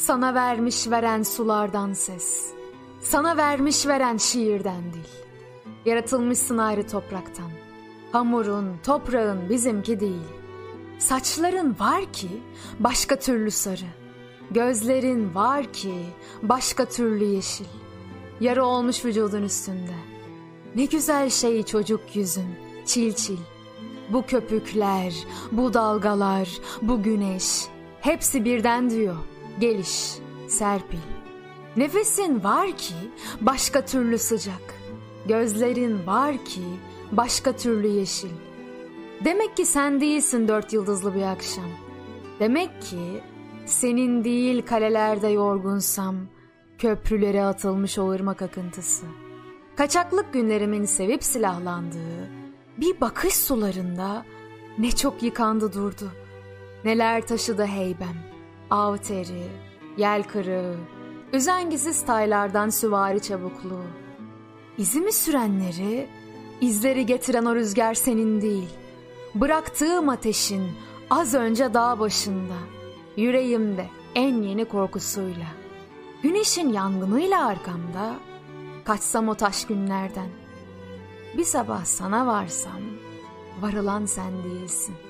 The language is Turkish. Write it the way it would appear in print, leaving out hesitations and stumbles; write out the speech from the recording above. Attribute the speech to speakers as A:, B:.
A: Sana vermiş veren sulardan ses, sana vermiş veren şiirden dil. Yaratılmışsın ayrı topraktan, hamurun, toprağın bizimki değil. Saçların var ki başka türlü sarı, gözlerin var ki başka türlü yeşil. Yarı olmuş vücudun üstünde, ne güzel şey çocuk yüzün, çil çil. Bu köpükler, bu dalgalar, bu güneş, hepsi birden diyor, geliş, serpil. Nefesin var ki başka türlü sıcak, gözlerin var ki başka türlü yeşil. Demek ki sen değilsin 4 yıldızlı bir akşam. Demek ki senin değil kalelerde yorgunsam, köprülere atılmış o ırmak akıntısı. Kaçaklık günlerimin sevip silahlandığı bir bakış sularında ne çok yıkandı durdu. Neler taşıdı heybem, av teri, yel kırığı, üzengisiz taylardan süvari çabukluğu. İzimi sürenleri, izleri getiren o rüzgar senin değil. Bıraktığım ateşin az önce dağ başında, yüreğimde en yeni korkusuyla. Güneşin yangınıyla arkamda, kaçsam o taş günlerden. Bir sabah sana varsam, varılan sen değilsin.